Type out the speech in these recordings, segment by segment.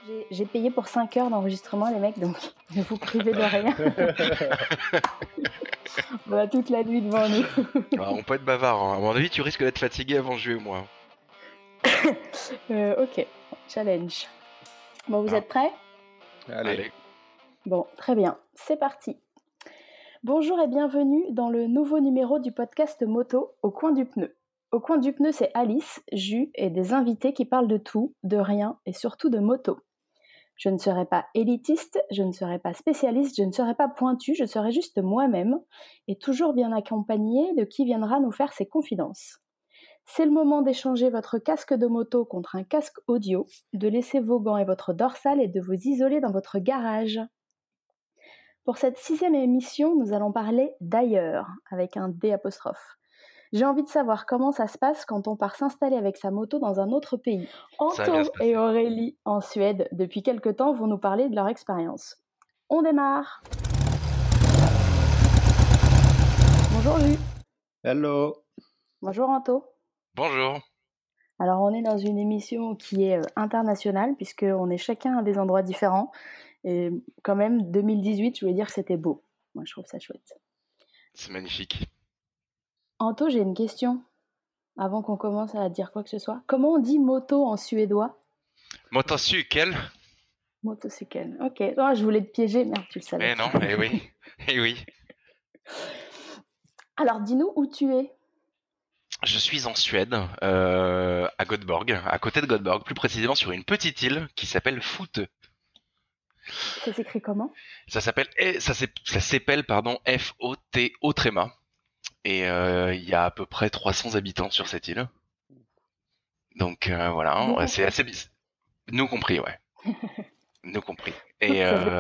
J'ai payé pour 5 heures d'enregistrement, les mecs, donc ne vous privez de rien. On a toute la nuit devant nous. Alors, on peut être bavard, hein. À mon avis, tu risques d'être fatigué avant de jouer, moi. Ok, challenge. Bon, vous êtes prêts ? Allez. Bon, très bien, c'est parti. Bonjour et bienvenue dans le nouveau numéro du podcast Moto au coin du pneu. Au coin du pneu, c'est Alice, Jus et des invités qui parlent de tout, de rien et surtout de moto. Je ne serai pas élitiste, je ne serai pas spécialiste, je ne serai pas pointue, je serai juste moi-même et toujours bien accompagnée de qui viendra nous faire ses confidences. C'est le moment d'échanger votre casque de moto contre un casque audio, de laisser vos gants et votre dorsale et de vous isoler dans votre garage. Pour cette 6e émission, nous allons parler d'ailleurs, avec un D apostrophe. J'ai envie de savoir comment ça se passe quand on part s'installer avec sa moto dans un autre pays. Anto et Aurélie, en Suède, depuis quelque temps, vont nous parler de leur expérience. On démarre. Bonjour Lu. Hello. Bonjour Anto. Bonjour. Alors on est dans une émission qui est internationale, puisqu'on est chacun à des endroits différents. Et quand même, 2018, je voulais dire que c'était beau. Moi, je trouve ça chouette. C'est magnifique. Anto, j'ai une question. Avant qu'on commence à dire quoi que ce soit. Comment on dit moto en suédois ? Motocykel. Motocycle. Ok. Non, je voulais te piéger, merde, tu le savais. Mais non, eh oui. Alors, dis-nous où tu es. Je suis en Suède, à Göteborg, à côté de Göteborg, plus précisément sur une petite île qui s'appelle Foutö. Ça s'écrit comment ? Ça s'appelle F-O-T-O tréma. Et il y a à peu près 300 habitants sur cette île. Donc voilà, c'est assez bizarre. Nous compris, ouais. Nous compris. Et il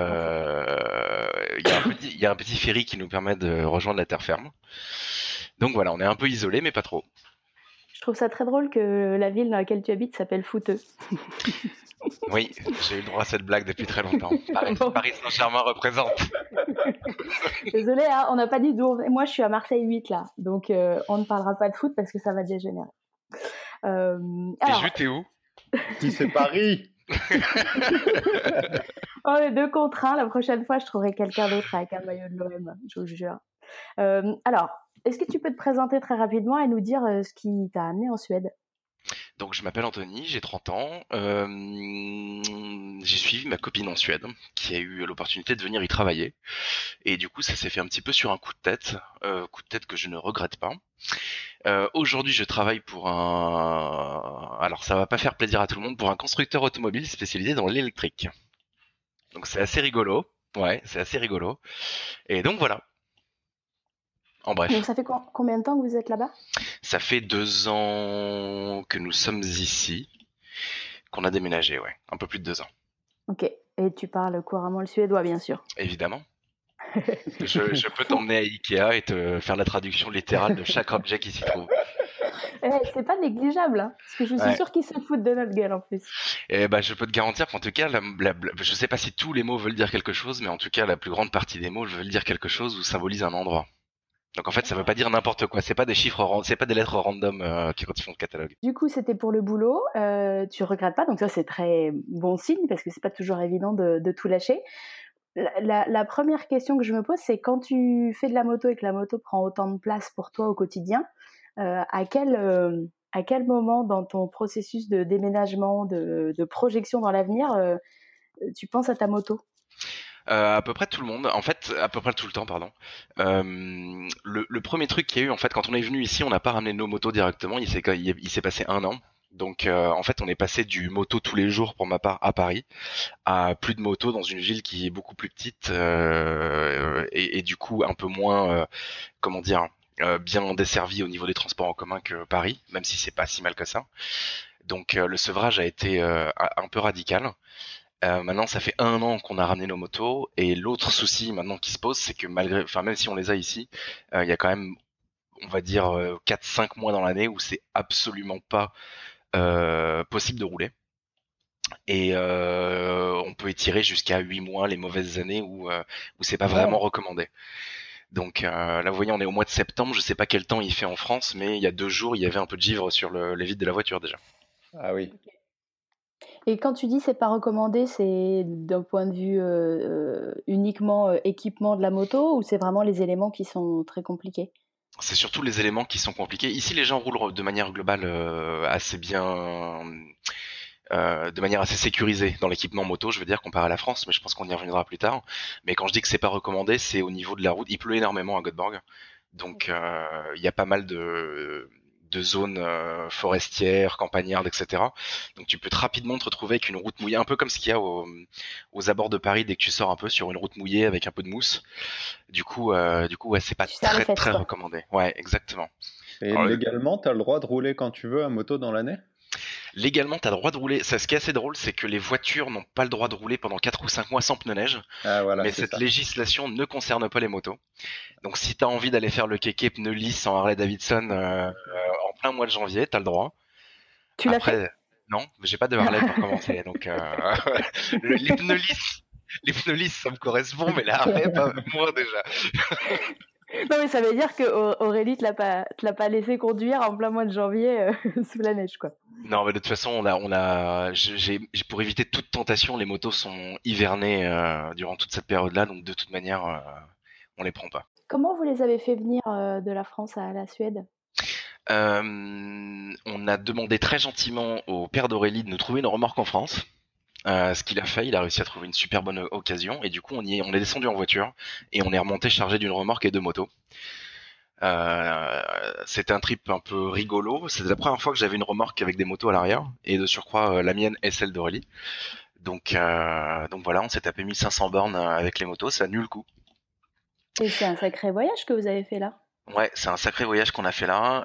y a un petit ferry qui nous permet de rejoindre la terre ferme. Donc voilà, on est un peu isolé, mais pas trop. Je trouve ça très drôle que la ville dans laquelle tu habites s'appelle Fouteux. Oui, j'ai eu le droit à cette blague depuis très longtemps. Paris Saint-Germain représente. Désolée, hein, on n'a pas dit d'où. Moi, je suis à Marseille 8 là, donc on ne parlera pas de foot parce que ça va dégénérer. Et Jus, t'es où ? Qui c'est Paris ? On est 2 contre 1. La prochaine fois, je trouverai quelqu'un d'autre avec un maillot de l'OM, je vous jure. Alors, est-ce que tu peux te présenter très rapidement et nous dire ce qui t'a amené en Suède ? Donc je m'appelle Anthony, j'ai 30 ans. J'ai suivi ma copine en Suède, qui a eu l'opportunité de venir y travailler. Et du coup, ça s'est fait un petit peu sur un coup de tête que je ne regrette pas. Aujourd'hui, je travaille pour alors ça va pas faire plaisir à tout le monde, pour un constructeur automobile spécialisé dans l'électrique. Donc c'est assez rigolo. Ouais, c'est assez rigolo. Et donc voilà. En bref. Donc ça fait combien de temps que vous êtes là-bas ? Ça fait 2 ans que nous sommes ici, qu'on a déménagé, ouais. Un peu plus de 2 ans. Ok. Et tu parles couramment le suédois, bien sûr. Évidemment. Je peux t'emmener à Ikea et te faire la traduction littérale de chaque objet qui s'y trouve. C'est pas négligeable, hein, parce que je suis sûre qu'ils se foutent de notre gueule en plus. Et je peux te garantir qu'en tout cas, je sais pas si tous les mots veulent dire quelque chose, mais en tout cas, la plus grande partie des mots veulent dire quelque chose ou symbolisent un endroit. Donc en fait, ça veut pas dire n'importe quoi. C'est pas des chiffres, c'est pas des lettres random quand ils font le catalogue. Du coup, c'était pour le boulot. Tu regrettes pas, donc ça c'est très bon signe parce que c'est pas toujours évident de tout lâcher. La première question que je me pose, c'est quand tu fais de la moto et que la moto prend autant de place pour toi au quotidien, à quel moment dans ton processus de déménagement, de projection dans l'avenir, tu penses à ta moto ? À peu près tout le monde, en fait, à peu près tout le temps, pardon. Le premier truc qu'il y a eu, en fait, quand on est venu ici, on n'a pas ramené nos motos directement. Il s'est passé 1 an. Donc, en fait, on est passé du moto tous les jours pour ma part à Paris, à plus de moto dans une ville qui est beaucoup plus petite et du coup un peu moins, bien desservie au niveau des transports en commun que Paris, même si c'est pas si mal que ça. Donc, le sevrage a été un peu radical. Maintenant, ça fait 1 an qu'on a ramené nos motos et l'autre souci maintenant qui se pose, c'est que même si on les a ici, il y a quand même, on va dire, 4-5 mois dans l'année où c'est absolument pas possible de rouler. Et on peut étirer jusqu'à 8 mois les mauvaises années où c'est pas vraiment recommandé. Donc là, vous voyez, on est au mois de septembre. Je sais pas quel temps il fait en France, mais il y a 2 jours, il y avait un peu de givre sur les vitres de la voiture déjà. Ah oui. Et quand tu dis c'est pas recommandé, c'est d'un point de vue uniquement équipement de la moto ou c'est vraiment les éléments qui sont très compliqués? C'est surtout les éléments qui sont compliqués. Ici, les gens roulent de manière globale assez bien, de manière assez sécurisée dans l'équipement moto, je veux dire, comparé à la France, mais je pense qu'on y reviendra plus tard. Mais quand je dis que c'est pas recommandé, c'est au niveau de la route. Il pleut énormément à Göteborg, donc il y a pas mal de zones forestières, campagnardes, etc. Donc tu peux rapidement te retrouver avec une route mouillée, un peu comme ce qu'il y a aux abords de Paris dès que tu sors un peu sur une route mouillée avec un peu de mousse. Du coup, ouais, c'est pas Tu serres les très fesses, très quoi. recommandé. Ouais, exactement. Et Alors, légalement, t'as le droit de rouler quand tu veux à moto dans l'année? légalement, t'as le droit de rouler. Ça, ce qui est assez drôle, c'est que les voitures n'ont pas le droit de rouler pendant 4 ou 5 mois sans pneus neige, Ah voilà, mais c'est cette ça. législation ne concerne pas les motos. Donc si t'as envie d'aller faire le kéké pneus lisses en Harley Davidson en plein mois de janvier, t'as le droit. Tu l'as fait? Après, non, j'ai pas de Harley pour commencer, donc les pneus lisses, ça me correspond, mais la Harley, pas moi déjà. Non, mais ça veut dire que Aurélie te l'a pas laissé conduire en plein mois de janvier sous la neige, quoi. Non, mais de toute façon, pour éviter toute tentation, les motos sont hivernées durant toute cette période-là, donc de toute manière, on les prend pas. Comment vous les avez fait venir de la France à la Suède? On a demandé très gentiment au père d'Aurélie de nous trouver une remorque en France. Ce qu'il a fait, il a réussi à trouver une super bonne occasion, et du coup, on est descendu en voiture et on est remonté chargé d'une remorque et de motos. C'était un trip un peu rigolo. C'était la première fois que j'avais une remorque avec des motos à l'arrière, et de surcroît, la mienne est celle d'Aurélie. Donc voilà, on s'est tapé 1500 bornes avec les motos, ça a nul le coup. Et c'est un sacré voyage que vous avez fait là. Ouais, c'est un sacré voyage qu'on a fait là.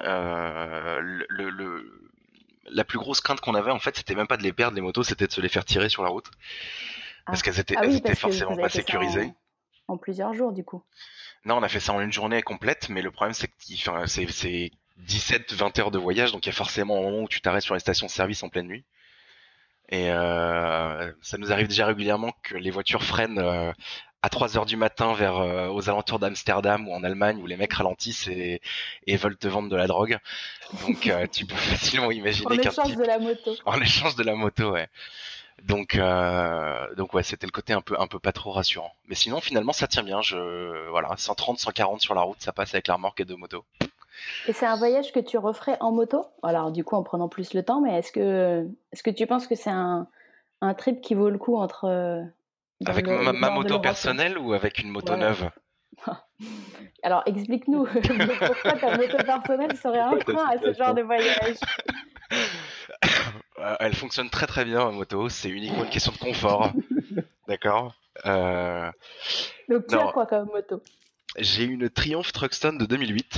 La plus grosse crainte qu'on avait, en fait, c'était même pas de les perdre les motos, c'était de se les faire tirer sur la route, parce Ah, elles oui, étaient parce que forcément vous pas avez fait ça sécurisées. en plusieurs jours, du coup. Non, on a fait ça en une journée complète, mais le problème c'est que c'est 17-20 heures de voyage, donc il y a forcément un moment où tu t'arrêtes sur les stations-service en pleine nuit. Et ça nous arrive déjà régulièrement que les voitures freinent à 3 heures du matin vers aux alentours d'Amsterdam ou en Allemagne, où les mecs ralontissent et veulent te vendre de la drogue. Donc tu peux facilement En imaginer qu'un échange de type la moto. en échange de la moto, ouais. Donc ouais, c'était le côté un peu pas trop rassurant. Mais sinon, finalement, ça tient bien. Voilà, 130, 140 sur la route, ça passe avec la remorque et deux motos. Et c'est un voyage que tu referais en moto? Alors, du coup, en prenant plus le temps, mais est-ce que tu penses que c'est un trip qui vaut le coup entre dans Avec le ma nord de moto l'Europe? personnelle ou avec une moto Ouais. neuve? Alors, explique-nous pourquoi ta moto personnelle serait un Pourquoi ta frein à ce genre situation? de voyage? Elle fonctionne très très bien, ma moto. C'est uniquement une question de confort. D'accord. Donc, tu as Non, quoi comme moto? j'ai une Triumph Truckstone de 2008.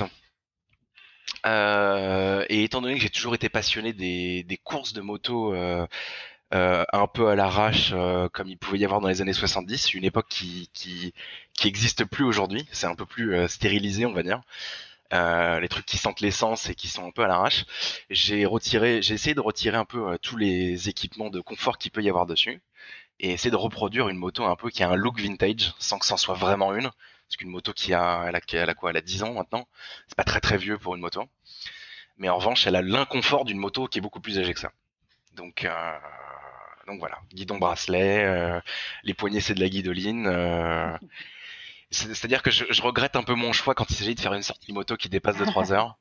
Et étant donné que j'ai toujours été passionné des courses de moto un peu à l'arrache, comme il pouvait y avoir dans les années 70, une époque qui existe plus aujourd'hui. C'est un peu plus stérilisé, on va dire. Les trucs qui sentent l'essence et qui sont un peu à l'arrache. J'ai essayé de retirer un peu tous les équipements de confort qu'il peut y avoir dessus, et essayer de reproduire une moto un peu qui a un look vintage, sans que ça en soit vraiment une. Parce qu'une moto elle a quoi? Elle a 10 ans maintenant. C'est pas très très vieux pour une moto. Mais en revanche, elle a l'inconfort d'une moto qui est beaucoup plus âgée que ça. Donc, euh, donc voilà, guidon bracelet, les poignées c'est de la guidoline. C'est-à-dire que je regrette un peu mon choix quand il s'agit de faire une sortie moto qui dépasse de 3 heures.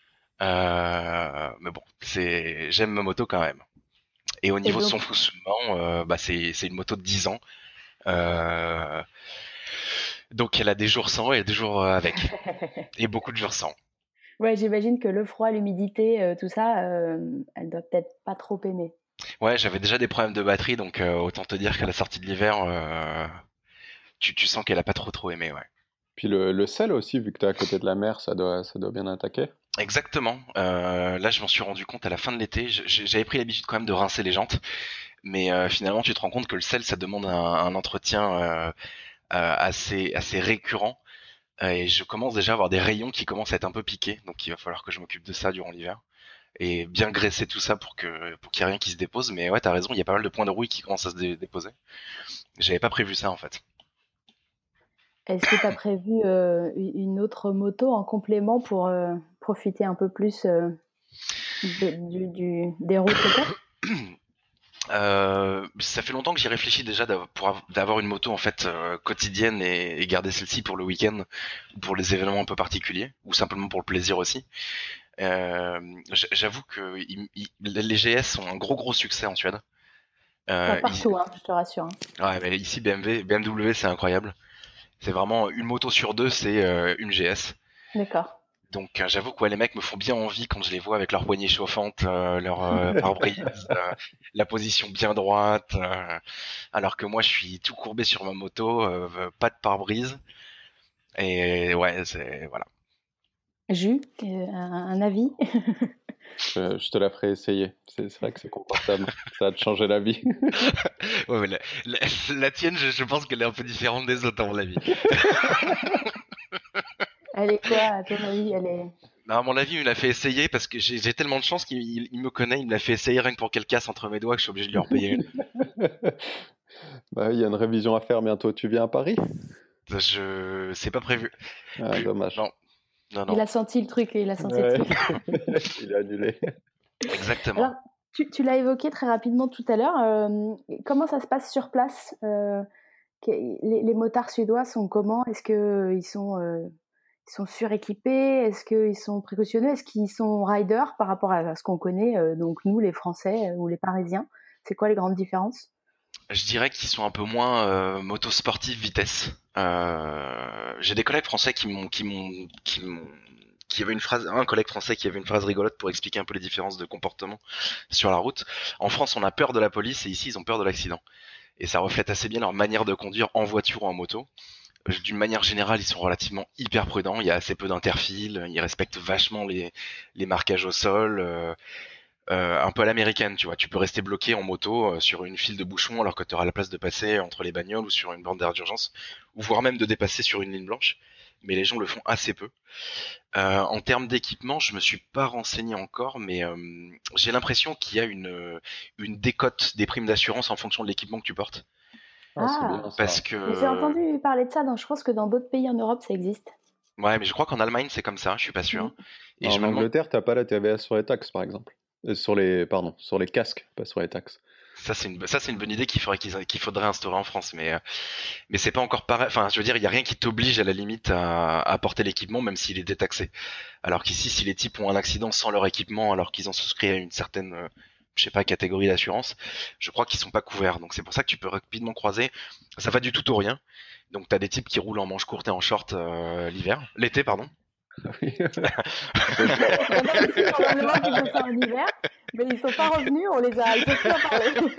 Mais bon, j'aime ma moto quand même. Et au Et niveau de son donc, fonctionnement, c'est une moto de 10 ans. Euh, donc elle a des jours sans et des jours avec. Et beaucoup de jours sans. ouais, j'imagine que le froid, l'humidité, tout ça, elle doit peut-être pas trop aimer. Ouais, j'avais déjà des problèmes de batterie, donc autant te dire qu'à la sortie de l'hiver, tu sens qu'elle a pas trop aimé, ouais. Puis le sel aussi, vu que t'es à côté de la mer, ça doit bien attaquer. Exactement. Là, je m'en suis rendu compte à la fin de l'été. J'avais pris l'habitude quand même de rincer les jantes, mais finalement, tu te rends compte que le sel, ça demande un entretien assez récurrent. Et je commence déjà à avoir des rayons qui commencent à être un peu piqués, donc il va falloir que je m'occupe de ça durant l'hiver et bien graisser tout ça pour qu'il y ait rien qui se dépose. Mais ouais, t'as raison, il y a pas mal de points de rouille qui commencent à se déposer. J'avais pas prévu ça en fait. Est-ce que tu as prévu une autre moto en complément pour profiter un peu plus des routes locales? Ça fait longtemps que j'y réfléchis déjà d'avoir une moto en fait quotidienne et garder celle-ci pour le week-end, pour les événements un peu particuliers, ou simplement pour le plaisir aussi. J'avoue que les GS ont un gros succès en Suède. Pas Ici, partout, hein, je te rassure, hein. ouais, mais ici BMW c'est incroyable. C'est vraiment une moto sur deux, c'est une GS. D'accord. Donc j'avoue que ouais, les mecs me font bien envie quand je les vois avec leur poignée chauffante, leur pare-brise, la position bien droite, alors que moi je suis tout courbé sur ma moto, pas de pare-brise. Et ouais, c'est voilà. Jus, un avis? Je te la ferai essayer. C'est vrai que c'est confortable. Ça va te changer la vie. Ouais, mais la tienne, je pense qu'elle est un peu différente des autres, à mon avis. Elle est quoi, à ton avis? Elle est... Non, à mon avis, il me l'a fait essayer parce que j'ai tellement de chance qu'il me connaît, il me l'a fait essayer rien que pour qu'elle casse entre mes doigts que je suis obligé de lui en payer une. Bah, il y a une révision à faire bientôt. Tu viens à Paris? C'est pas prévu. Ah, dommage. Non, non, Il non. a senti le truc, il a senti le Ouais. truc. Il a annulé. Exactement. Alors, tu l'as évoqué très rapidement tout à l'heure. Comment ça se passe sur place? Les motards suédois sont comment? Est-ce qu'ils ils sont suréquipés? Est-ce qu'ils sont précautionneux? Est-ce qu'ils sont riders par rapport à ce qu'on connaît, donc nous, les Français ou les Parisiens? C'est quoi les grandes différences? Je dirais qu'ils sont un peu moins motosportifs vitesse. J'ai des collègues français qui avaient une phrase, un collègue français qui avait une phrase rigolote pour expliquer un peu les différences de comportement sur la route. En France, on a peur de la police et ici, ils ont peur de l'accident. Et ça reflète assez bien leur manière de conduire en voiture ou en moto. D'une manière générale, ils sont relativement hyper prudents. Il y a assez peu d'interfile. Ils respectent vachement les marquages au sol. Un peu à l'américaine, tu vois. Tu peux rester bloqué en moto sur une file de bouchons alors que tu auras la place de passer entre les bagnoles ou sur une bande d'air d'urgence, ou voire même de dépasser sur une ligne blanche. Mais les gens le font assez peu. En termes d'équipement, je me suis pas renseigné encore, mais j'ai l'impression qu'il y a une décote des primes d'assurance en fonction de l'équipement que tu portes. Ah, c'est Ah, bien ça. Parce mais j'ai que entendu parler de ça, je pense que dans d'autres pays en Europe, ça existe. ouais, mais je crois qu'en Allemagne c'est comme ça, je suis pas Mm. sûr. Et je En me demande, Angleterre, t'as pas la TVA sur les taxes, par exemple. Sur les, pardon, sur les casques, pas sur les taxes. ça c'est une bonne idée qu'il faudrait instaurer en France, mais c'est pas encore pareil. Enfin, je veux dire, il y a rien qui t'oblige à la limite à porter l'équipement, même s'il est détaxé. Alors qu'ici, si les types ont un accident sans leur équipement, alors qu'ils ont souscrit à une certaine, je sais pas, catégorie d'assurance, je crois qu'ils sont pas couverts. Donc c'est pour ça que tu peux rapidement croiser. Ça va du tout au rien. Donc t'as des types qui roulent en manches courtes et en short l'été, pardon. Oui. Il y en a aussi probablement qui font ça en hiver, mais ils sont pas revenus, ils peuvent plus en parler.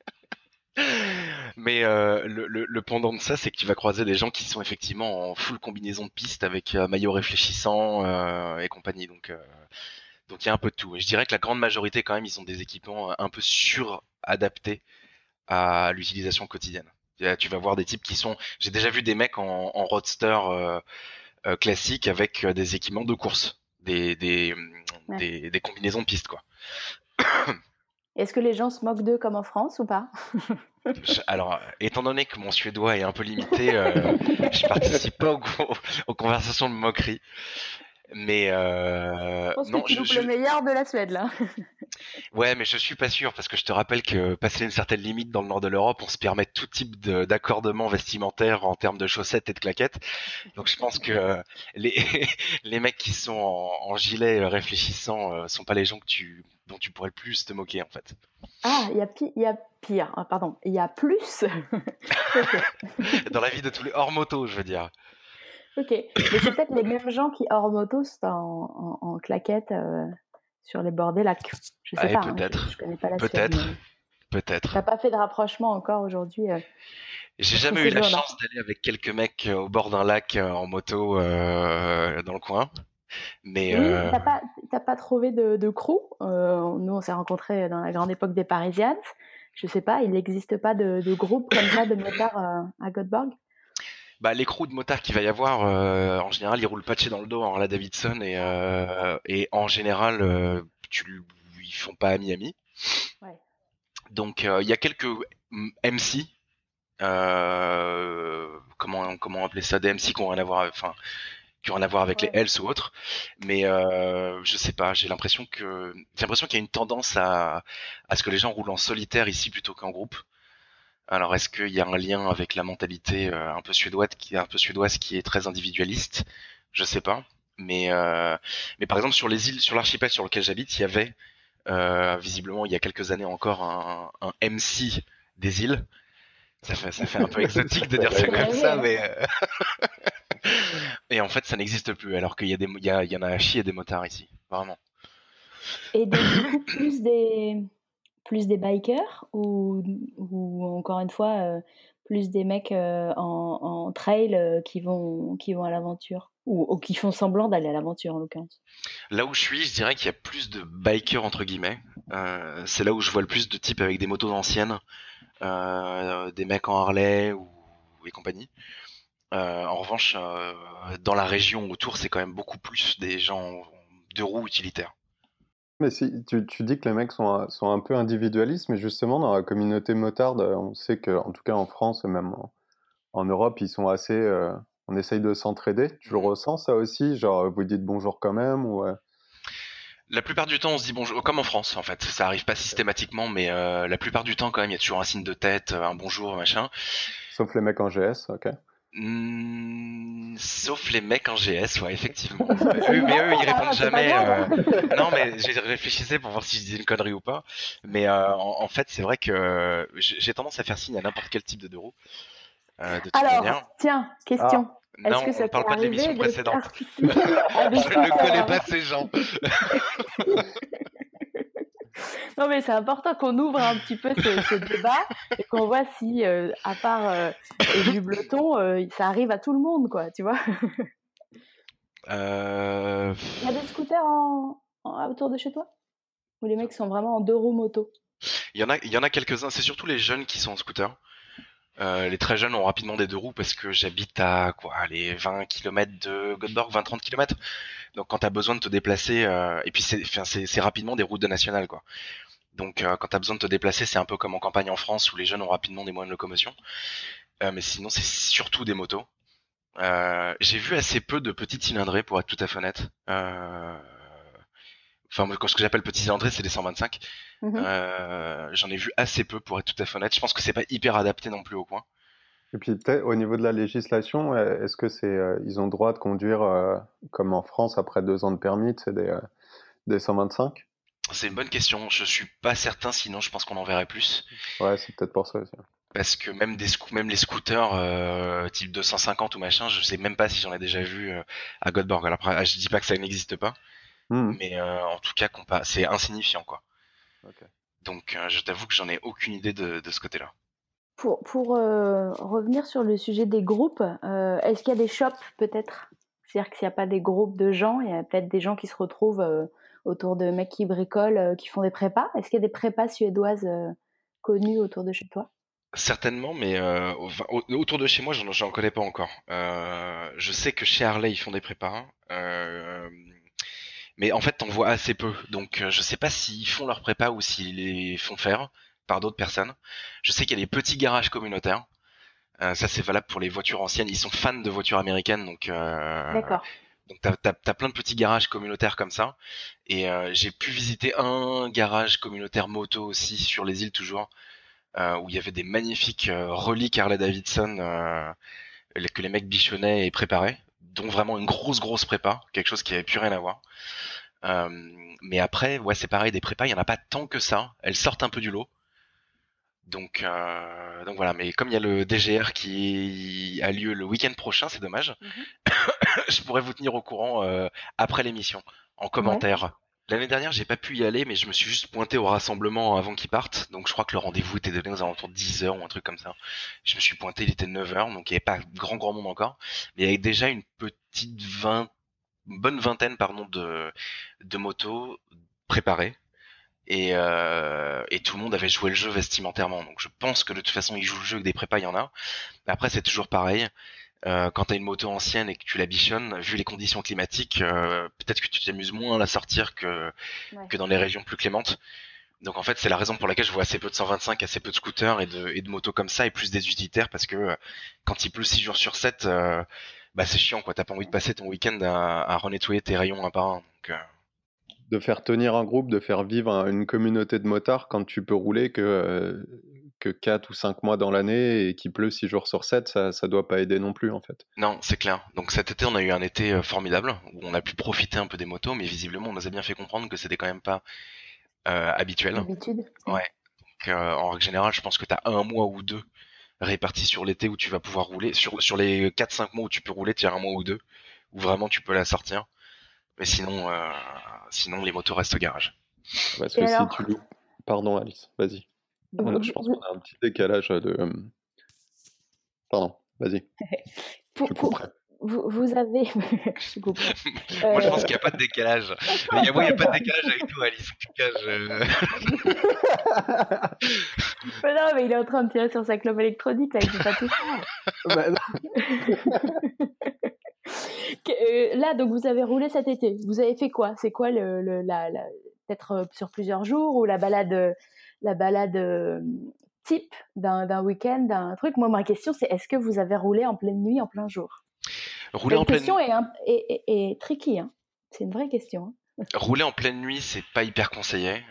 Mais le pendant de ça, c'est que tu vas croiser des gens qui sont effectivement en full combinaison de piste avec maillot réfléchissant et compagnie. Donc il y a un peu de tout. Et je dirais que la grande majorité, quand même, ils ont des équipements un peu suradaptés à l'utilisation quotidienne. Tu vas voir des types qui sont. J'ai déjà vu des mecs en roadster classique avec des équipements de course, Ouais. des combinaisons de piste, quoi. Est-ce que les gens se moquent d'eux comme en France ou pas? Alors, étant donné que mon suédois est un peu limité, je participe pas aux conversations de moquerie. Mais Je pense que non, tu loupes le meilleur de la Suède, là. ouais, mais je suis pas sûr parce que je te rappelle que passer une certaine limite dans le nord de l'Europe, on se permet tout type d'accordement vestimentaire en termes de chaussettes et de claquettes. Donc je pense que les les mecs qui sont en gilet réfléchissant sont pas les gens dont tu pourrais le plus te moquer en fait. Ah, il y a pire. Ah, pardon, il y a plus. Ok. Dans la vie de tous les hors moto, je veux dire. Ok. Mais c'est peut-être les mêmes gens qui, hors moto, sont en claquettes sur les bords des lacs. Je sais Ah, et pas, hein, peut-être, je connais pas la Suède. peut-être, Mais... peut-être. T'as pas fait de rapprochement encore aujourd'hui J'ai entre jamais eu ces la deux-là. chance d'aller avec quelques mecs au bord d'un lac en moto dans le coin, mais Oui, t'as pas trouvé de crew. Nous, on s'est rencontrés dans la grande époque des Parisiennes. Je sais pas, il n'existe pas de groupe comme ça de motards à Göteborg. bah, les crews de motards qu'il va y avoir, en général, ils roulent patché dans le dos en la Davidson et en général, ils font pas ami-ami. Ouais. Donc, il y a quelques MC, comment appeler ça, des MC qui ont rien à voir, enfin, qui ont rien à voir avec les Ouais. Hells ou autres. Mais je sais pas, j'ai l'impression qu'il y a une tendance à ce que les gens roulent en solitaire ici plutôt qu'en groupe. Alors est-ce qu'il y a un lien avec la mentalité un peu suédoise qui est très individualiste? Je sais pas. Mais par exemple sur les îles, sur l'archipel sur lequel j'habite, il y avait visiblement il y a quelques années encore un MC des îles. Ça fait un peu exotique de dire ça Ouais, comme ça, ouais. mais et en fait ça n'existe plus alors qu'il y a il y en a à chier des motards ici, vraiment. Et donc, du coup, plus des bikers ou encore une fois, plus des mecs en trail qui vont à l'aventure ou qui font semblant d'aller à l'aventure en l'occurrence. Là où je suis, je dirais qu'il y a plus de bikers entre guillemets. C'est là où je vois le plus de types avec des motos anciennes, des mecs en Harley ou et compagnie. En revanche, dans la région autour, c'est quand même beaucoup plus des gens en deux roues utilitaires. Mais si, tu dis que les mecs sont un peu individualistes, mais justement, dans la communauté motarde, on sait que, en tout cas en France et même en Europe, ils sont assez. On essaye de s'entraider. Tu le ressens, ça aussi? Genre, vous dites bonjour quand même ou, La plupart du temps, on se dit bonjour, comme en France en fait. Ça arrive pas systématiquement, mais la plupart du temps, quand même, il y a toujours un signe de tête, un bonjour, machin. Sauf les mecs en GS, ok. Sauf les mecs en GS, ouais, effectivement. Ça nous Mais eux, ils va, répondent c'est pas jamais. grave. Non, mais j'ai réfléchissais pour voir si je disais une connerie ou pas. Mais en fait, c'est vrai que j'ai tendance à faire signe à n'importe quel type de deux roues, de toute manière. Alors, tiens, Ah, question. Est-ce Non, que on ça ne t'est parle pas de l'émission arrivé de précédente. faire signe à des Je ne connais scooters? pas ces gens. Non, mais c'est important qu'on ouvre un petit peu ce débat et qu'on voit si, à part Jubleton, ça arrive à tout le monde, quoi, tu vois. Euh, Il y a des scooters autour de chez toi? Où les mecs sont vraiment en deux roues moto? il y en a quelques-uns. C'est surtout les jeunes qui sont en scooter. Les très jeunes ont rapidement des deux roues parce que j'habite à quoi, les 20 km de Göteborg, 20-30 km. Donc quand t'as besoin de te déplacer, et puis c'est rapidement des routes de nationales quoi. Donc quand t'as besoin de te déplacer, c'est un peu comme en campagne en France où les jeunes ont rapidement des moyens de locomotion. Mais sinon c'est surtout des motos. J'ai vu assez peu de petites cylindrées pour être tout à fait honnête. Enfin, moi, ce que j'appelle petit cylindré, c'est des 125. Mhm. J'en ai vu assez peu pour être tout à fait honnête. Je pense que c'est pas hyper adapté non plus au coin. et puis peut-être au niveau de la législation, est-ce que ils ont le droit de conduire comme en France après 2 ans de permis, c'est des 125? C'est une bonne question. Je suis pas certain. Sinon, je pense qu'on en verrait plus. Ouais, c'est peut-être pour ça aussi. Parce que même même les scooters type 250 ou machin, je sais même pas si j'en ai déjà vu à Göteborg. Alors après, je dis pas que ça n'existe pas, Hmm, mais en tout cas, c'est insignifiant quoi. ok. Donc, je t'avoue que j'en ai aucune idée de ce côté-là. Pour revenir sur le sujet des groupes, est-ce qu'il y a des shops peut-être? C'est-à-dire que s'il n'y a pas des groupes de gens, il y a peut-être des gens qui se retrouvent autour de mecs qui bricolent, qui font des prépas. Est-ce qu'il y a des prépas suédoises connues autour de chez toi? Certainement, mais autour de chez moi, j'en connais pas encore. Je sais que chez Harley, ils font des prépas. Mais en fait, t'en vois assez peu. Donc, je sais pas s'ils font leurs prépas ou s'ils les font faire par d'autres personnes. Je sais qu'il y a des petits garages communautaires. Ça, c'est valable pour les voitures anciennes. Ils sont fans de voitures américaines, D'accord. donc t'as plein de petits garages communautaires comme ça. Et j'ai pu visiter un garage communautaire moto aussi sur les îles toujours, où il y avait des magnifiques reliques Harley Davidson que les mecs bichonnaient et préparaient, dont vraiment une grosse prépa, quelque chose qui avait plus rien à voir. Euh, mais après, ouais, c'est pareil, des prépas, il y en a pas tant que ça. Elles sortent un peu du lot. Donc voilà, mais comme il y a le DGR qui a lieu le week-end prochain, c'est dommage. Mhm. Je pourrais vous tenir au courant après l'émission, en Ouais. commentaire. L'année dernière, j'ai pas pu y aller, mais je me suis juste pointé au rassemblement avant qu'ils partent. Donc je crois que le rendez-vous était donné aux alentours de 10 heures ou un truc comme ça. Je me suis pointé, il était 9 heures, donc il n'y avait pas grand monde encore. Mais il y avait déjà une bonne vingtaine, pardon, de motos préparées. Et tout le monde avait joué le jeu vestimentairement. Donc je pense que de toute façon, ils jouent le jeu avec des prépas, il y en a. Mais après, c'est toujours pareil. Quand t'as une moto ancienne et que tu la bichonnes, vu les conditions climatiques, peut-être que tu t'amuses moins à la sortir Ouais. que dans les régions plus clémentes. Donc en fait, c'est la raison pour laquelle je vois assez peu de 125, assez peu de scooters et de motos comme ça, et plus des utilitaires, parce que quand il pleut 6 jours sur 7, bah c'est chiant quoi. T'as pas envie de passer ton week-end à renettoyer tes rayons un par un. Donc, De faire tenir un groupe, de faire vivre une communauté de motards quand tu peux rouler que 4 ou 5 mois dans l'année et qu'il pleut 6 jours sur 7, ça doit pas aider non plus en fait. non, c'est clair. Donc cet été, on a eu un été formidable où on a pu profiter un peu des motos, mais visiblement, on nous a bien fait comprendre que c'était quand même pas habituel. D'habitude. Ouais. Donc, en règle générale, je pense que t'as un mois ou deux répartis sur l'été où tu vas pouvoir rouler. Sur les 4-5 mois où tu peux rouler, tu as un mois ou deux où vraiment tu peux la sortir. Mais sinon les motos restent au garage. Parce Et que si alors, tu loues... Pardon Alice, vas-y. Je pense vous, qu'on a un petit décalage de... Pardon, vas-y, pour, je pour- couperai. vous avez... Je coupe. Moi, je Euh, pense qu'il n'y a pas de décalage. Mais moi, il n'y a pas de décalage avec toi, Alice. En tout cas, mais non, mais il est en train de tirer sur sa clope électronique, là, il peut pas tout faire. Bah, non. Là, donc, vous avez roulé cet été. Vous avez fait quoi? C'est quoi peut-être sur plusieurs jours ou la balade type d'un week-end, d'un truc? Moi, ma question, c'est est-ce que vous avez roulé en pleine nuit, en plein jour? rouler en Cette pleine question est tricky, hein. C'est une vraie question. rouler en pleine nuit, c'est pas hyper conseillé.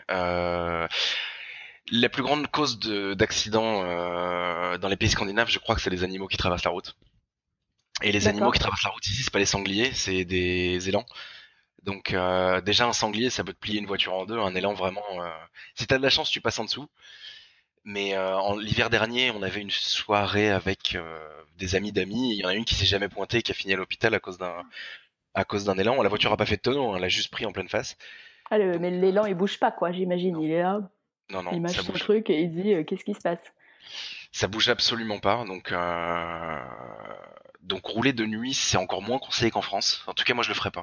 La plus grande cause d'accident dans les pays scandinaves, je crois que c'est les animaux qui traversent la route. Et les animaux D'accord. qui traversent la route ici, c'est pas les sangliers, c'est des élans. Donc déjà un sanglier, ça peut te plier une voiture en deux. Un élan vraiment, si t'as de la chance, tu passes en dessous. Mais l'hiver dernier, on avait une soirée avec des amis d'amis. Il y en a une qui s'est jamais pointée, qui a fini à l'hôpital à cause d'un élan. La voiture a pas fait de tonneau, hein, elle a juste pris en pleine face. Ah, mais l'élan, il bouge pas, quoi, j'imagine. Non, Il est là, non, il mâche ça son bouge. truc et il dit qu'est-ce qui se passe? Ça bouge absolument pas. Donc rouler de nuit, c'est encore moins conseillé qu'en France. En tout cas, moi, je le ferais pas.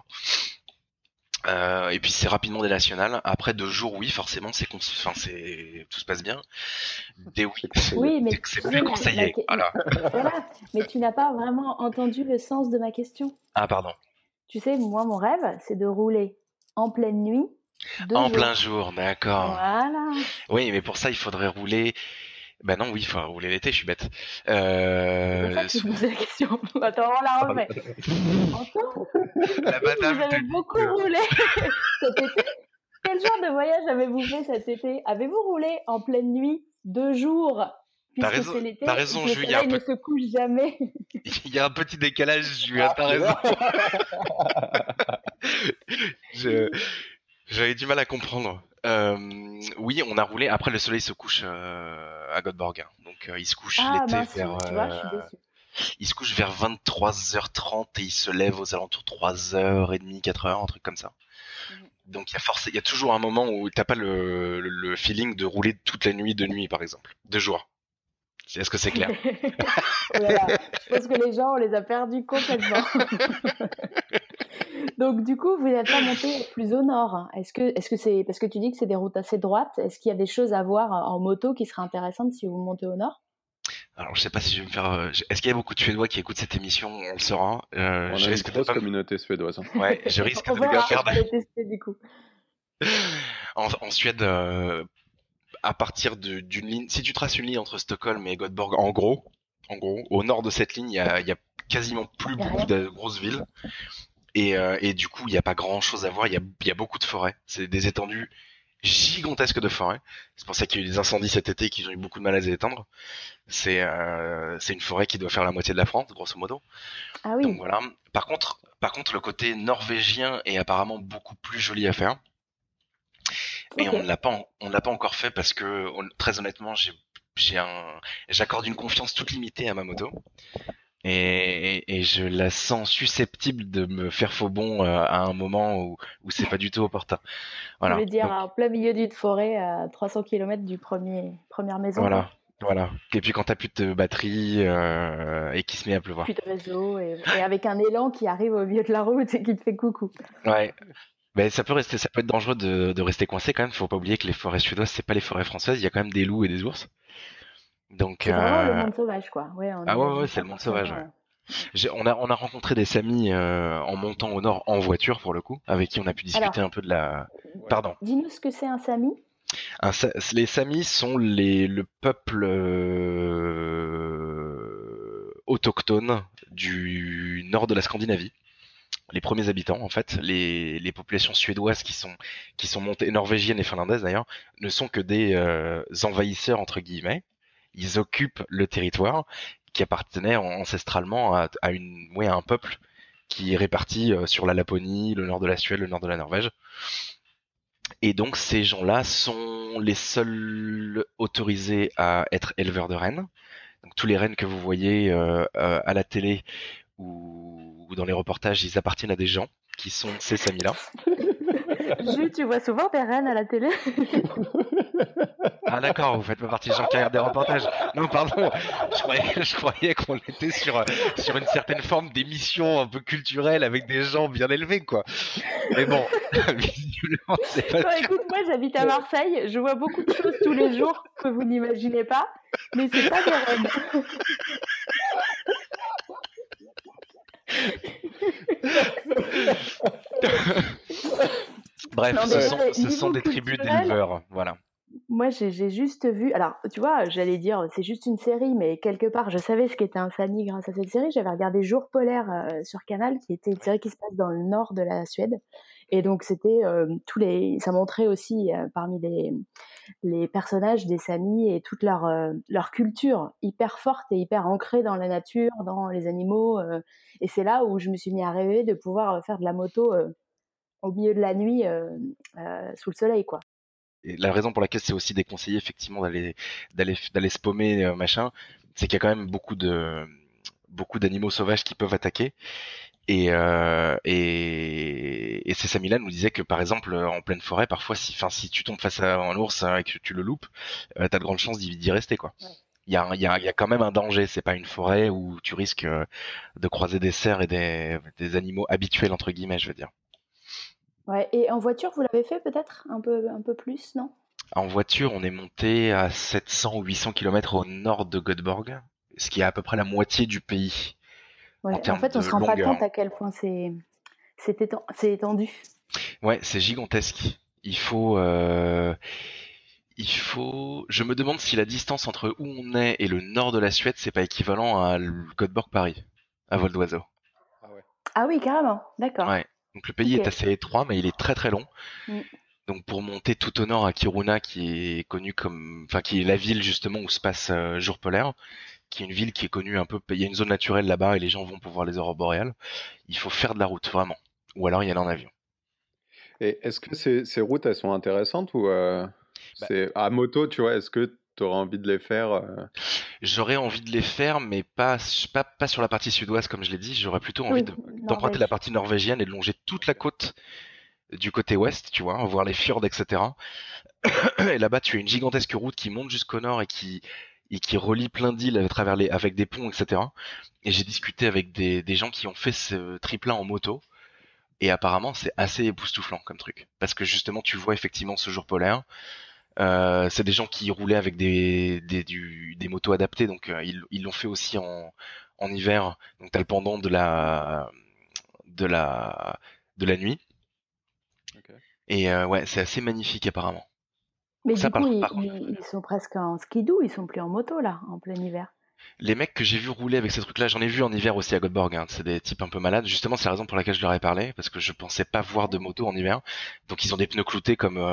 Et puis c'est rapidement des nationales. Après 2 jours, oui, forcément, tout se passe bien. Oui, C'est conseillé. Oui, mais c'est tu plus sais, conseillé. Voilà. voilà. Mais tu n'as pas vraiment entendu le sens de ma question. Ah pardon. Tu sais, moi, mon rêve, c'est de rouler en pleine nuit, 2 En plein jours. jour, d'accord. Voilà. Oui, mais pour ça, il faudrait rouler. Bah non, oui, il faut rouler l'été. Je suis bête. C'est pour ça que je te posais la question. Attends, on la refait. Antoine, La vous madame te avez dit beaucoup que roulé cet été. Quel genre de voyage avez-vous fait cet été? Avez-vous roulé en pleine nuit 2 jours? Puisque c'est l'été t'as et raison, que le Jules. soleil ne se couche jamais. Il y a un petit décalage, Jules. Ah, T'as c'est raison. là. Je- J'avais du mal à comprendre. Oui, on a roulé. Après, le soleil se couche à Göteborg. Donc, il se couche Ah l'été mince, vers. tu vois, je suis déçue. Il se couche vers 23h30 et il se lève aux alentours de 3h30, 4h, un truc comme ça. Mhm. Donc, il y a toujours un moment où t'as pas le feeling de rouler toute la nuit, de nuit, par exemple. 2 jours. Est-ce que c'est clair? Oh là là, je pense que les gens, on les a perdus complètement. Donc du coup, vous n'êtes pas monté plus au nord, hein. Est-ce que c'est parce que tu dis que c'est des routes assez droites? Est-ce qu'il y a des choses à voir en moto qui seraient intéressantes si vous montez au nord? Alors, je sais pas si je vais me faire. Est-ce qu'il y a beaucoup de Suédois qui écoutent cette émission? On le saura. On a Je une risque de grosse pas. communauté suédoise. Ouais, je risque On de me verra, faire. on va les tester du coup. En Suède, à partir d'une ligne, si tu traces une ligne entre Stockholm et Göteborg, en gros, au nord de cette ligne, il y a quasiment plus Y a beaucoup rien. de grosses villes. Et du coup, il n'y a pas grand chose à voir. Il y a beaucoup de forêts. C'est des étendues gigantesques de forêts. C'est pour ça qu'il y a eu des incendies cet été et qu'ils ont eu beaucoup de mal à les éteindre. C'est une forêt qui doit faire la moitié de la France, grosso modo. Ah Donc oui, voilà. Par contre, le côté norvégien est apparemment beaucoup plus joli à faire. Et ok. on ne l'a pas encore fait parce que, très honnêtement, j'accorde une confiance toute limitée à ma moto. Et je la sens susceptible de me faire faux bond à un moment où c'est pas du tout opportun. Tu Voilà. veux dire Donc, en plein milieu d'une forêt à 300 km du première maison, quoi. voilà. Voilà. Et puis quand t'as plus de batterie et qu'il se met à pleuvoir. Plus de réseau et avec un élan qui arrive au milieu de la route et qui te fait coucou. Ouais. Mais ça peut être dangereux de rester coincé quand même. Faut pas oublier que les forêts suédoises, c'est pas les forêts françaises. Il y a quand même des loups et des ours. Donc, C'est vraiment le monde sauvage, quoi. Ouais, on ah ouais, n'imagine c'est pas le monde sauvage. forcément. Ouais. On a rencontré des samis en montant au nord en voiture pour le coup, avec qui on a pu discuter Alors, un peu de la. Pardon. dis-nous ce que c'est un Sami. Les samis sont le peuple autochtones du nord de la Scandinavie. Les premiers habitants, en fait, les populations suédoises qui sont montées, norvégiennes et finlandaises d'ailleurs, ne sont que des envahisseurs entre guillemets. Ils occupent le territoire qui appartenait ancestralement à un peuple qui est réparti sur la Laponie, le nord de la Suède, le nord de la Norvège. Et donc ces gens-là sont les seuls autorisés à être éleveurs de rennes. Donc tous les rennes que vous voyez à la télé ou dans les reportages, ils appartiennent à des gens qui sont ces Samis-là. Jules, tu vois souvent des rennes à la télé? Ah d'accord, vous faites pas partie des gens qui regardent des reportages. Non, pardon, je croyais qu'on était sur une certaine forme d'émission un peu culturelle avec des gens bien élevés, quoi. Mais bon, visiblement, c'est pas Bon, sûr. écoute, moi j'habite à Marseille, je vois beaucoup de choses tous les jours que vous n'imaginez pas, mais c'est pas des rennes. Bref, Non, mais ce sont niveau des tribus culturel, d'éleveurs, voilà. moi j'ai juste vu, alors tu vois, j'allais dire c'est juste une série, mais quelque part je savais ce qu'était un Sami grâce à cette série. J'avais regardé Jour polaire sur Canal, qui était une série qui se passe dans le nord de la Suède, et donc c'était ça montrait aussi parmi les personnages des Samis et toute leur culture hyper forte et hyper ancrée dans la nature, dans les animaux, et c'est là où je me suis mis à rêver de pouvoir faire de la moto au milieu de la nuit sous le soleil, quoi. Et la raison pour laquelle c'est aussi déconseillé effectivement d'aller se paumer machin, c'est qu'il y a quand même beaucoup d'animaux sauvages qui peuvent attaquer. Et ces Samis-là nous disaient que par exemple en pleine forêt, parfois si tu tombes face à un ours et que tu le loupes, t'as de grandes chances d'y rester, quoi. Ouais. Il y a quand même un danger. C'est pas une forêt où tu risques de croiser des cerfs et des animaux habituels entre guillemets, je veux dire. Ouais, et en voiture, vous l'avez fait peut-être un peu plus, non? En voiture, on est monté à 700 ou 800 km au nord de Göteborg, ce qui est à peu près la moitié du pays en Ouais, en termes fait, on de se rend pas longueur. compte à quel point c'est étendu. Ouais, c'est gigantesque. Je me demande si la distance entre où on est et le nord de la Suède, c'est pas équivalent à Göteborg-Paris, à vol d'oiseau. Ah ouais. Ah oui, carrément, d'accord. Ouais. Donc le pays Ok. est assez étroit, mais il est très très long. Mm. Donc pour monter tout au nord à Kiruna, qui est la ville justement où se passe Jour polaire, qui est une ville qui est connue un peu, il y a une zone naturelle là-bas et les gens vont pour voir les aurores boréales. Il faut faire de la route vraiment, ou alors y aller en avion. Et est-ce que ces routes, elles sont intéressantes ou Bah, c'est à moto, tu vois, est-ce que tu auras envie de les faire j'aurais envie de les faire, mais pas sur la partie sud-ouest comme je l'ai dit. J'aurais plutôt envie Oui, d'emprunter la Norvège. partie norvégienne et de longer toute la côte du côté ouest, tu vois, voir les fjords, etc. Et là-bas, tu as une gigantesque route qui monte jusqu'au nord et qui relie plein d'îles à travers avec des ponts, etc. Et j'ai discuté avec des gens qui ont fait ce trip-là en moto. Et apparemment, c'est assez époustouflant comme truc. Parce que justement, tu vois effectivement ce jour polaire. C'est des gens qui roulaient avec des motos adaptées. Donc, ils l'ont fait aussi en hiver. Donc, t'as le pendant de la, de la nuit. Ok. Et ouais, c'est assez magnifique apparemment. Mais Donc ça, du coup, par contre, ils sont presque en skidoo, ils sont plus en moto là, en plein hiver. les mecs que j'ai vu rouler avec ces trucs-là, j'en ai vu en hiver aussi à Göteborg, hein. C'est des types un peu malades. Justement, c'est la raison pour laquelle je leur ai parlé, parce que je pensais pas voir de moto en hiver. Donc ils ont des pneus cloutés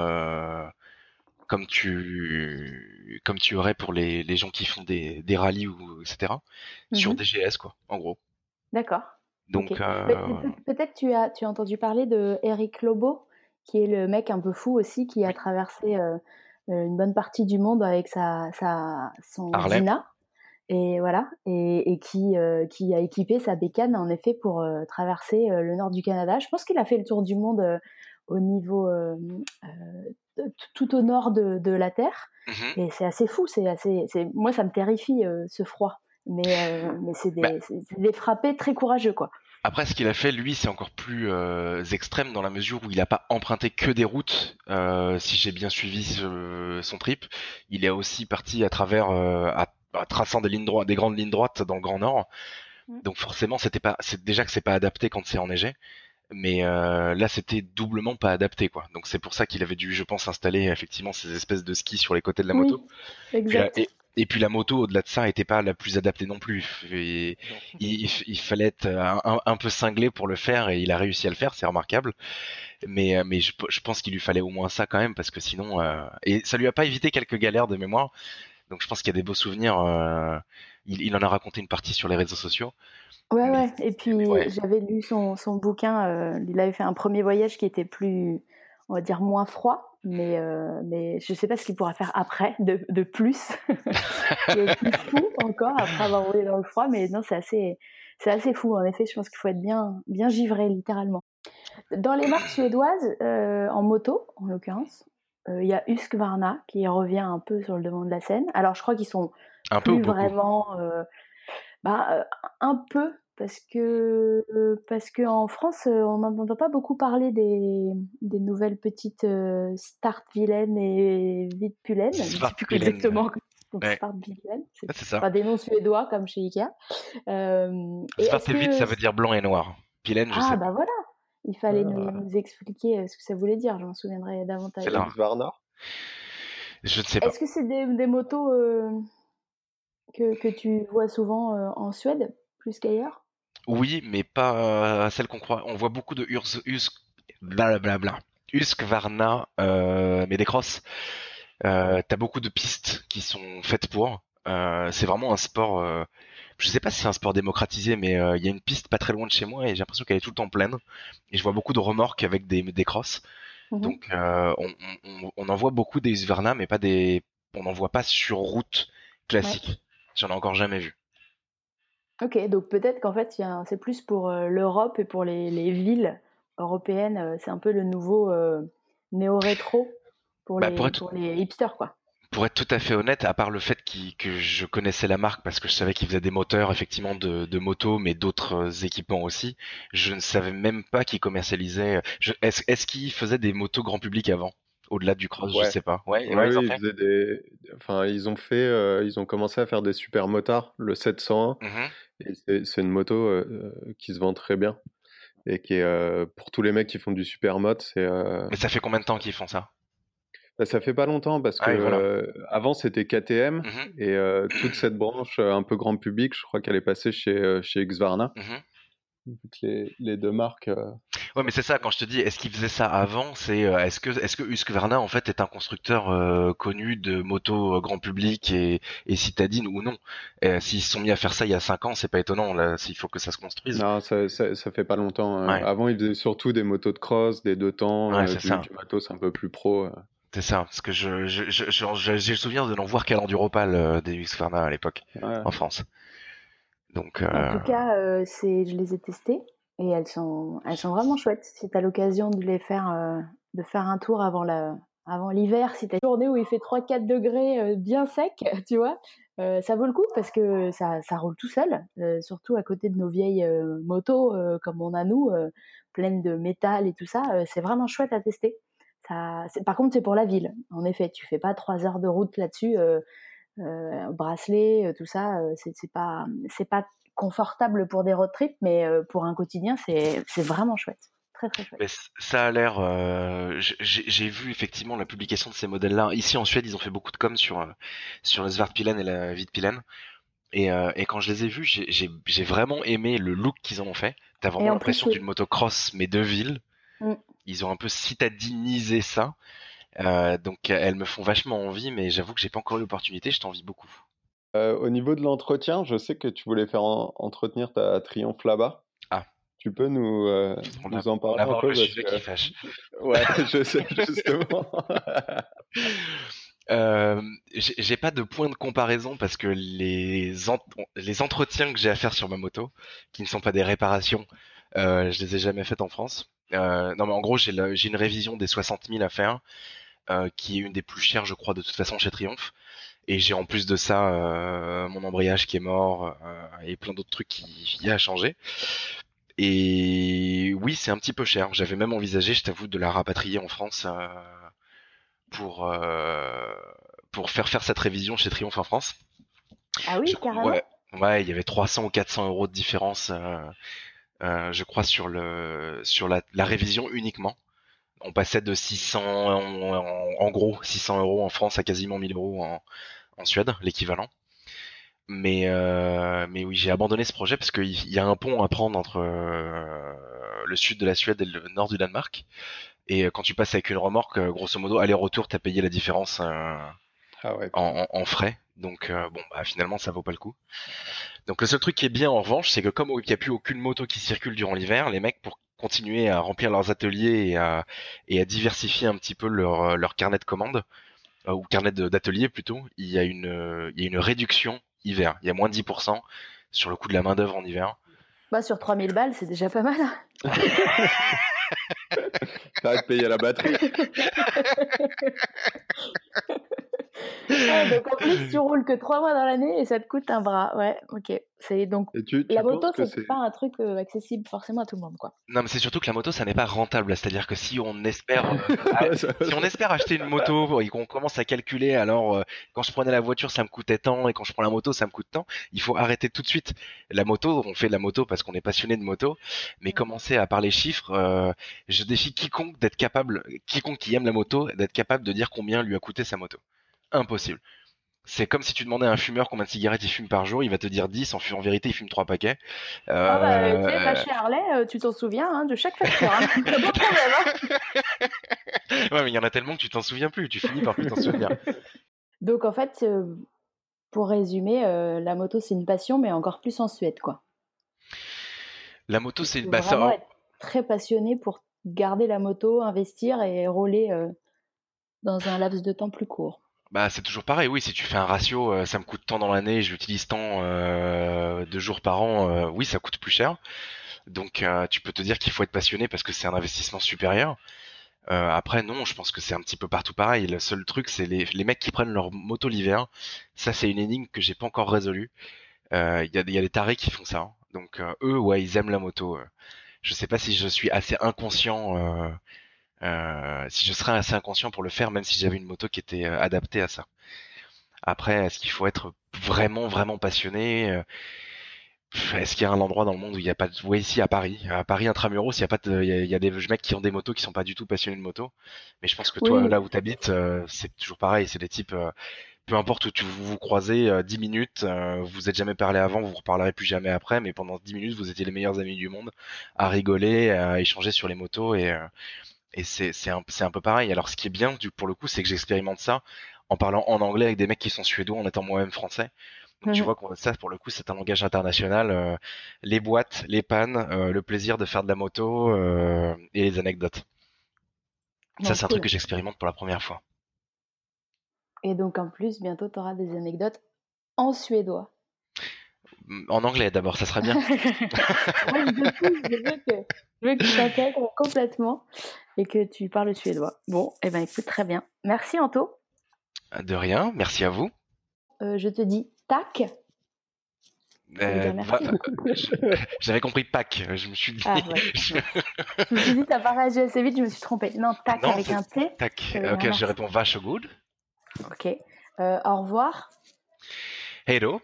comme tu aurais pour les gens qui font des rallyes ou etc. Sur Mhm. des GS quoi, en gros. D'accord. Ok. Donc Mais peut-être tu as entendu parler de Eric Lobo, qui est le mec un peu fou aussi, qui a oui, traversé une bonne partie du monde avec son Harley. Dyna. Et voilà, et qui a équipé sa bécane en effet pour traverser le nord du Canada. Je pense qu'il a fait le tour du monde au niveau tout au nord de la Terre, Mhm. et c'est assez fou. Moi, ça me terrifie ce froid, mais Bah, c'est des frappés très courageux, quoi. après, ce qu'il a fait, lui, c'est encore plus extrême dans la mesure où il n'a pas emprunté que des routes. Si j'ai bien suivi son trip, il est aussi parti à travers, traçant des lignes droites, des grandes lignes droites dans le Grand Nord. Mm. Donc forcément, c'est déjà que c'est pas adapté quand c'est enneigé. Mais là, c'était doublement pas adapté, quoi. Donc c'est pour ça qu'il avait dû, je pense, installer effectivement ces espèces de skis sur les côtés de la Oui, moto. Puis là, exact. Et puis la moto, au-delà de ça, était pas la plus adaptée non plus. Et il fallait être un peu cinglé pour le faire et il a réussi à le faire, c'est remarquable. Mais je pense qu'il lui fallait au moins ça quand même parce que sinon, et ça lui a pas évité quelques galères de mémoire. Donc je pense qu'il y a des beaux souvenirs. Il en a raconté une partie sur les réseaux sociaux. Ouais, Mais ouais. Et puis ouais, j'avais lu son bouquin. Il avait fait un premier voyage qui était plus, on va dire, moins froid. Mais je sais pas ce qu'il pourra faire après de plus, qui est plus fou encore après avoir roulé dans le froid. Mais non, c'est assez fou. En effet, je pense qu'il faut être bien, bien givré littéralement. Dans les marques suédoises, en moto, en l'occurrence, il y a Husqvarna qui revient un peu sur le devant de la scène. Alors, je crois qu'ils sont un peu ou plus beaucoup. vraiment, un peu, parce que en France, on n'entend pas beaucoup parler des nouvelles petites Start Vilaine et Vite Pulaine. Je ne sais plus Svartpilen. exactement. Donc Ouais, Start Vilaine, c'est c'est ça. pas des noms suédois comme chez Ikea. Et est-ce Svartevit, que ça veut dire blanc et noir. Pilen, je sais ah pas. bah voilà, il fallait Ah, nous expliquer ce que ça voulait dire. Je m'en souviendrai C'est davantage. là. Husqvarna? Je ne sais pas. Est-ce que c'est des motos que tu vois souvent en Suède plus qu'ailleurs? Oui, mais pas celle qu'on croit. On voit beaucoup de blablabla. Husqvarna, mais des crosses. T'as beaucoup de pistes qui sont faites pour. C'est vraiment un sport. Je sais pas si c'est un sport démocratisé, mais il y a une piste pas très loin de chez moi et j'ai l'impression qu'elle est tout le temps pleine. Et je vois beaucoup de remorques avec des crosses. Mhm. Donc on en voit beaucoup des Husqvarna, mais pas des. On n'en voit pas sur route Ouais. classique. J'en ai encore jamais vu. Ok, donc peut-être qu'en fait, c'est plus pour l'Europe et pour les villes européennes. C'est un peu le nouveau néo-rétro Bah, pour les hipsters, quoi. pour être tout à fait honnête, à part le fait que je connaissais la marque parce que je savais qu'ils faisaient des moteurs effectivement de moto, mais d'autres équipements aussi, je ne savais même pas qu'ils commercialisaient. Est-ce qu'ils faisaient des motos grand public avant, au-delà du cross, je Ouais. sais pas. Ouais, Oui, ouais, ils en oui, faisaient. enfin, ils ont commencé à faire des super motards, le 701, Mhm. et c'est une moto qui se vend très bien et qui est pour tous les mecs qui font du supermot, Mais ça fait combien de temps qu'ils font ça? bah, ça fait pas longtemps parce que Ah, et voilà. avant c'était KTM Mhm. et toute cette branche un peu grand public, je crois qu'elle est passée chez Husqvarna. Mhm. Donc les deux marques. Ouais, mais c'est ça, quand je te dis, est-ce qu'ils faisaient ça avant, c'est est-ce que Husqvarna en fait est un constructeur connu de motos grand public et citadine ou non? S'ils se sont mis à faire ça il y a 5 ans, c'est pas étonnant, là, s'il faut que ça se construise. Non, ça fait pas longtemps, hein. Ouais, Avant, ils faisaient surtout des motos de cross, des deux temps, ouais, c'est ça. du matos un peu plus pro. C'est ça, parce que j'ai le souvenir de n'en voir qu'à l'Enduropal des Husqvarna à l'époque, Ouais. en France. Donc, En tout cas, je les ai testées et elles sont vraiment chouettes. Si tu as l'occasion de faire un tour avant l'hiver, si tu as une journée où il fait 3-4 degrés bien sec, tu vois, ça vaut le coup parce que ça roule tout seul, surtout à côté de nos vieilles motos comme on a nous, pleines de métal et tout ça. C'est vraiment chouette à tester. Par contre, c'est pour la ville. En effet, tu fais pas 3 heures de route là-dessus. Bracelet, tout ça, c'est pas confortable pour des road trips, mais pour un quotidien, c'est vraiment chouette. Très, très chouette. mais ça a l'air. J'ai vu effectivement la publication de ces modèles-là. Ici en Suède, ils ont fait beaucoup de com sur le Svartpilen et la Vitpilen. Et quand je les ai vus, j'ai vraiment aimé le look qu'ils en ont fait. T'as Et vraiment en plus, l'impression oui. d'une motocross, mais de ville. Mm. Ils ont un peu citadinisé ça. Donc elles me font vachement envie, mais j'avoue que j'ai pas encore eu l'opportunité. Je t'envie beaucoup. Au niveau de l'entretien, je sais que tu voulais faire entretenir ta Triumph là-bas. Ah, Tu peux nous en on parler un aborde peu le parce sujet qui que fâche. ouais, je sais justement. J'ai pas de point de comparaison parce que les entretiens que j'ai à faire sur ma moto, qui ne sont pas des réparations, je les ai jamais faites en France. Non mais en gros j'ai une révision des 60 000 à faire, qui est une des plus chères je crois de toute façon chez Triumph. Et j'ai en plus de ça mon embrayage qui est mort et plein d'autres trucs qui y a à changer. Et oui c'est un petit peu cher. J'avais même envisagé, je t'avoue, de la rapatrier en France pour euh, pour faire cette révision chez Triomphe en France. Ah oui, carrément. Ouais, ouais, il y avait 300 ou 400 euros de différence, je crois sur la révision uniquement. On passait de 600 en gros 600 euros en France à quasiment 1000 euros en Suède, l'équivalent. Mais oui, j'ai abandonné ce projet parce qu'il y a un pont à prendre entre le sud de la Suède et le nord du Danemark. Et quand tu passes avec une remorque, grosso modo, aller-retour, t'as payé la différence Ah ouais, putain. en frais. Donc bon, bah finalement, ça vaut pas le coup. Donc le seul truc qui est bien en revanche, c'est que comme il n'y a plus aucune moto qui circule durant l'hiver, les mecs pour continuer à remplir leurs ateliers et à diversifier un petit peu leur carnet de commandes ou carnet d'atelier plutôt, il y a une réduction hiver. Il y a moins de 10% sur le coût de la main d'œuvre en hiver. Bah, sur 3000 balles, c'est déjà pas mal. T'arrêtes de payer la batterie. Ah, donc en plus, tu roules que 3 mois dans l'année et ça te coûte un bras. Ouais, ok. C'est donc Et tu la moto, penses que c'est... c'est pas un truc accessible forcément à tout le monde, quoi. Non, mais c'est surtout que la moto, ça n'est pas rentable. C'est-à-dire que si on espère acheter une moto et qu'on commence à calculer, alors quand je prenais la voiture, ça me coûtait tant, et quand je prends la moto, ça me coûte tant, il faut arrêter tout de suite. La moto, on fait de la moto parce qu'on est passionné de moto, mais commencer à parler chiffres, je défie quiconque qui aime la moto, d'être capable de dire combien lui a coûté sa moto. Impossible. C'est comme si tu demandais à un fumeur combien de cigarettes il fume par jour, il va te dire 10, en vérité il fume 3 paquets. Ah bah, tu sais, pas Euh, chez Harley, tu t'en souviens de chaque facture. Hein. Pas de problème. Hein. Ouais, mais il y en a tellement que tu t'en souviens plus, tu finis par plus t'en souvenir. Donc en fait, pour résumer, la moto, c'est une passion, mais encore plus en Suède, quoi. La moto, Il c'est faut bah vraiment ça. être très passionné pour garder la moto, investir et rouler dans un laps de temps plus court. Bah c'est toujours pareil. Oui, si tu fais un ratio, ça me coûte tant dans l'année, je l'utilise tant de jours par an. Oui, ça coûte plus cher. Donc tu peux te dire qu'il faut être passionné parce que c'est un investissement supérieur. Après non, je pense que c'est un petit peu partout pareil. Le seul truc, c'est les mecs qui prennent leur moto l'hiver. Ça, c'est une énigme que j'ai pas encore résolue. Il y a des tarés qui font ça, hein. Donc eux, ouais, ils aiment la moto. Je sais pas si je suis assez inconscient, si je serais assez inconscient pour le faire, même si j'avais une moto qui était adaptée à ça. Après, est-ce qu'il faut être vraiment, vraiment passionné? Est-ce qu'il y a un endroit dans le monde où il n'y a pas de... Ouais, ici à Paris. À Paris intramuros, il y a pas de... il y a des mecs qui ont des motos qui sont pas du tout passionnés de moto. Mais je pense que toi, Oui, là où t'habites, c'est toujours pareil. C'est des types, peu importe où vous vous croisez, 10 minutes, vous êtes jamais parlé avant, vous vous reparlerez plus jamais après, mais pendant 10 minutes, vous étiez les meilleurs amis du monde, à rigoler, à échanger sur les motos, et c'est un peu pareil. Alors ce qui est bien, pour le coup, c'est que j'expérimente ça en parlant en anglais avec des mecs qui sont suédois en étant moi-même français. Donc tu vois que ça, pour le coup, c'est un langage international. Les boîtes, les pannes, le plaisir de faire de la moto et les anecdotes. Ça, donc c'est un truc cool. que j'expérimente pour la première fois. Et donc en plus, bientôt, tu auras des anecdotes en suédois. En anglais d'abord, ça sera bien. Moi, je veux que tu t'intègres complètement et que tu parles suédois. Bon, eh ben écoute, très bien. Merci Anto. De rien, merci à vous. Je te dis tac. Ça veut dire Va- merci. J'avais compris Pâques. Je me suis dit. Ah ouais. Je me suis dit, t'as pas réagi assez vite, je me suis trompée. Non, tac Non, avec un T, tac. ça veut dire Ok, je merci. réponds vache good. Ok. Au revoir. Hello,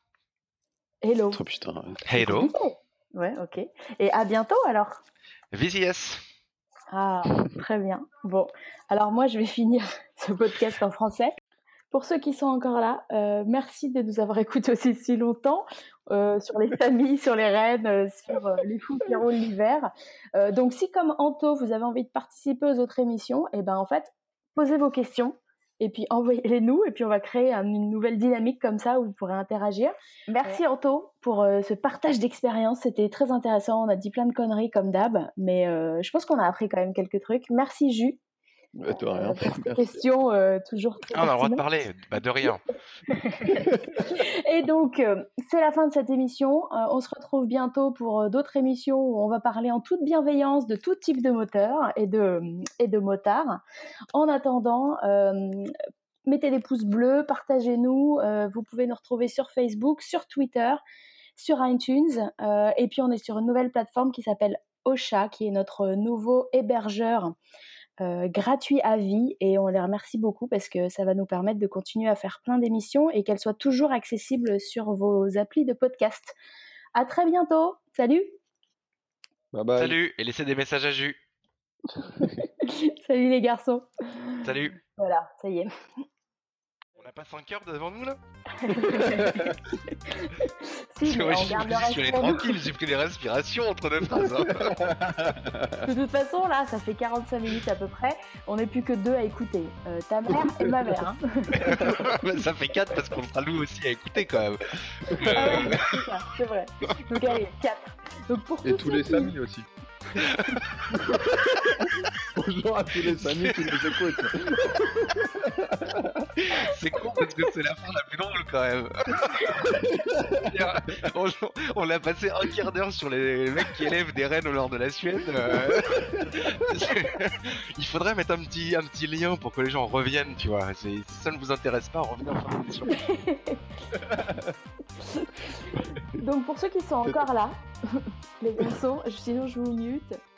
Hello. Oh putain. C'est hello, compliqué. Ouais, ok. Et à bientôt alors. VCS. Ah, très bien. Bon, alors moi, je vais finir ce podcast en français. Pour ceux qui sont encore là, merci de nous avoir écoutés aussi si longtemps sur les familles, sur les reines, sur les fous qui roulent l'hiver. Donc, si comme Anto, vous avez envie de participer aux autres émissions, et ben en fait, posez vos questions et puis envoyez-les nous et puis on va créer une nouvelle dynamique comme ça où vous pourrez interagir. Merci Anto pour ce partage d'expérience, c'était très intéressant. On a dit plein de conneries comme d'hab, mais je pense qu'on a appris quand même quelques trucs. Merci Jus. De rien. Pour ces Merci. questions toujours très Ah, on a le droit de pertinentes. parler. Bah, de rien. Et donc, c'est la fin de cette émission. On se retrouve bientôt pour d'autres émissions où on va parler en toute bienveillance de tout type de moteur et de motards. En attendant, mettez des pouces bleus, partagez-nous. Vous pouvez nous retrouver sur Facebook, sur Twitter, sur iTunes. Et puis, on est sur une nouvelle plateforme qui s'appelle Ocha, qui est notre nouveau hébergeur gratuit à vie, et on les remercie beaucoup parce que ça va nous permettre de continuer à faire plein d'émissions et qu'elles soient toujours accessibles sur vos applis de podcast. À très bientôt. Salut. Bye bye. Salut, et laissez des messages à Jus. Salut les garçons. Salut. Voilà, ça y est. On n'a pas 5 heures devant nous là? Si, mais on garde le Je reste suis allé pour nous. tranquille, j'ai pris des respirations entre deux phrases. Hein. De toute façon, là, ça fait 45 minutes à peu près. On n'est plus que 2 à écouter. Ta mère et ma mère. Hein. Mais ça fait 4 parce qu'on sera nous aussi à écouter quand même. Ah ouais, c'est ça, c'est vrai. Donc allez, 4. Donc pour Et tous tous ceux les qui- Samis aussi. Bonjour à tous les Samis qui nous écoutent. C'est con parce que c'est la fin la plus longue quand même. On a passé un quart d'heure sur les mecs qui élèvent des rennes au nord de la Suède. Il faudrait mettre un petit lien pour que les gens reviennent, tu vois. Si ça ne vous intéresse pas, revenez en fin d'émission. Donc pour ceux qui sont encore là, les garçons, sinon je vous mute.